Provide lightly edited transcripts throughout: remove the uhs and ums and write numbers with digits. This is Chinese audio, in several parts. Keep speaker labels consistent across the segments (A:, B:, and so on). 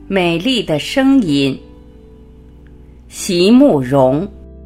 A: 美丽的声音，席慕容。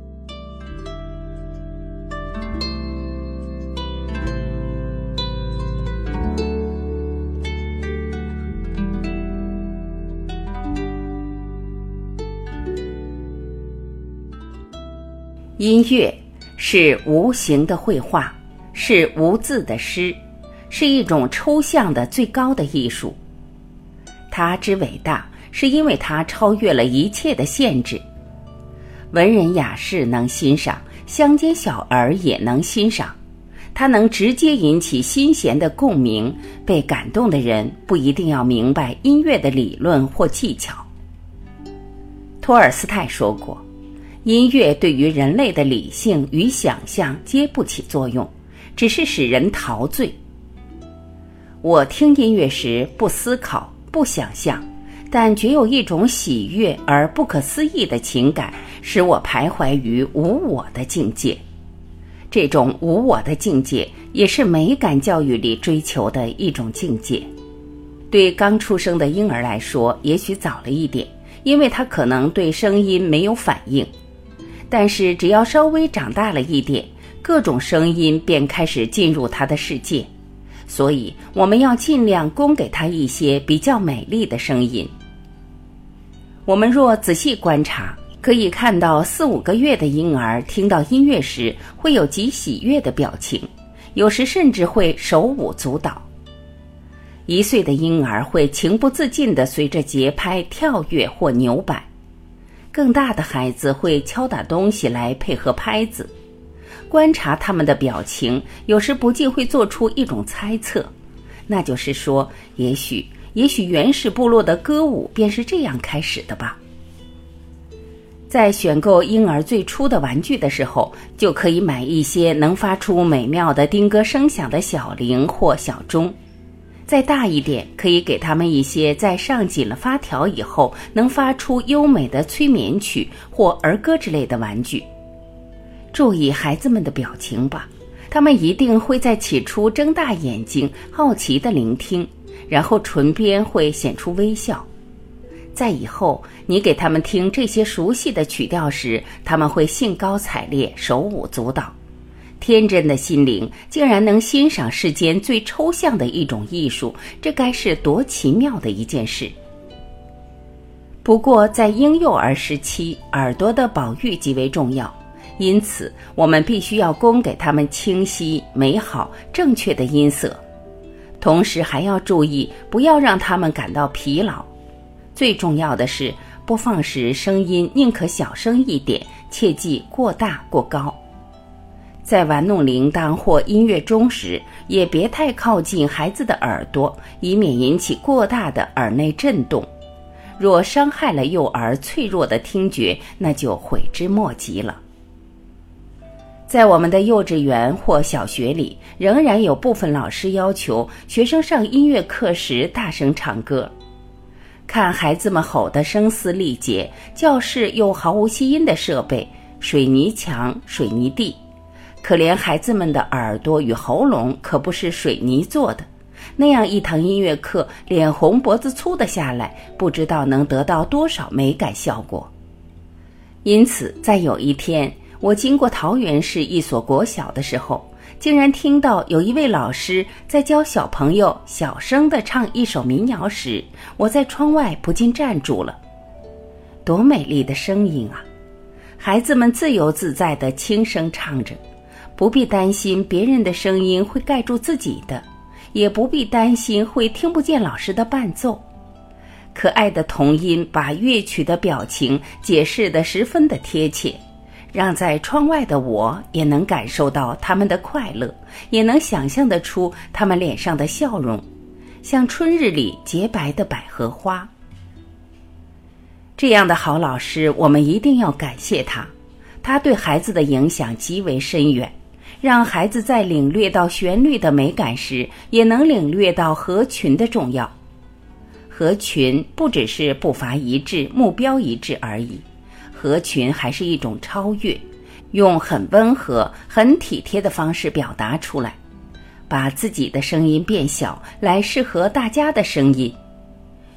A: 音乐是无形的绘画，是无字的诗，是一种抽象的最高的艺术。它之伟大，是因为它超越了一切的限制。文人雅士能欣赏，乡间小儿也能欣赏，它能直接引起心弦的共鸣，被感动的人不一定要明白音乐的理论或技巧。托尔斯泰说过，音乐对于人类的理性与想象皆不起作用，只是使人陶醉。我听音乐时不思考，不想象，但觉有一种喜悦而不可思议的情感，使我徘徊于无我的境界。这种无我的境界，也是美感教育里追求的一种境界。对刚出生的婴儿来说，也许早了一点，因为他可能对声音没有反应。但是只要稍微长大了一点，各种声音便开始进入他的世界。所以我们要尽量供给他一些比较美丽的声音。我们若仔细观察，可以看到4-5个月的婴儿听到音乐时会有极喜悦的表情，有时甚至会手舞足蹈。1岁的婴儿会情不自禁地随着节拍跳跃或扭摆，更大的孩子会敲打东西来配合拍子。观察他们的表情，有时不禁会做出一种猜测，那就是说，也许原始部落的歌舞便是这样开始的吧。在选购婴儿最初的玩具的时候，就可以买一些能发出美妙的叮歌声响的小铃或小钟。再大一点，可以给他们一些在上紧了发条以后能发出优美的催眠曲或儿歌之类的玩具。注意孩子们的表情吧，他们一定会在起初睁大眼睛，好奇地聆听，然后唇边会显出微笑。在以后，你给他们听这些熟悉的曲调时，他们会兴高采烈，手舞足蹈。天真的心灵竟然能欣赏世间最抽象的一种艺术，这该是多奇妙的一件事。不过在婴幼儿时期，耳朵的保育极为重要，因此我们必须要供给他们清晰、美好、正确的音色，同时还要注意不要让他们感到疲劳。最重要的是，播放时声音宁可小声一点，切忌过大过高。在玩弄铃铛或音乐钟时，也别太靠近孩子的耳朵，以免引起过大的耳内震动。若伤害了幼儿脆弱的听觉，那就悔之莫及了。在我们的幼稚园或小学里，仍然有部分老师要求学生上音乐课时大声唱歌。看孩子们吼得声嘶力竭，教室又毫无吸音的设备，水泥墙、水泥地，可怜孩子们的耳朵与喉咙可不是水泥做的，那样一堂音乐课，脸红脖子粗的下来，不知道能得到多少美感效果。因此在有一天，我经过桃园市一所国小的时候，竟然听到有一位老师在教小朋友小声地唱一首民谣时，我在窗外不禁站住了。多美丽的声音啊！孩子们自由自在地轻声唱着，不必担心别人的声音会盖住自己的，也不必担心会听不见老师的伴奏。可爱的童音把乐曲的表情解释得十分的贴切，让在窗外的我也能感受到他们的快乐，也能想象得出他们脸上的笑容，像春日里洁白的百合花。这样的好老师，我们一定要感谢他，他对孩子的影响极为深远，让孩子在领略到旋律的美感时，也能领略到合群的重要。合群不只是步伐一致、目标一致而已，合群还是一种超越，用很温和、很体贴的方式表达出来，把自己的声音变小，来适合大家的声音。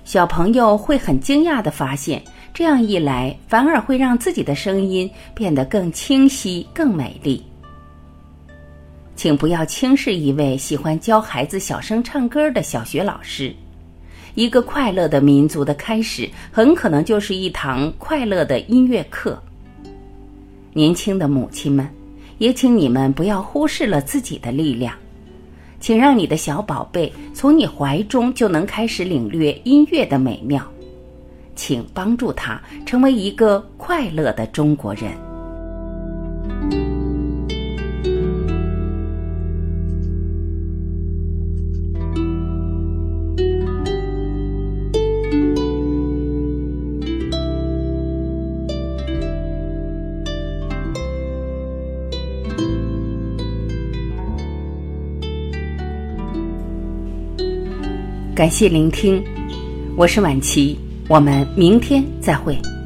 A: 小朋友会很惊讶地发现，这样一来反而会让自己的声音变得更清晰、更美丽。请不要轻视一位喜欢教孩子小声唱歌的小学老师。一个快乐的民族的开始，很可能就是一堂快乐的音乐课。年轻的母亲们，也请你们不要忽视了自己的力量。请让你的小宝贝从你怀中就能开始领略音乐的美妙，请帮助他成为一个快乐的中国人。感谢聆听，我是婉琪，我们明天再会。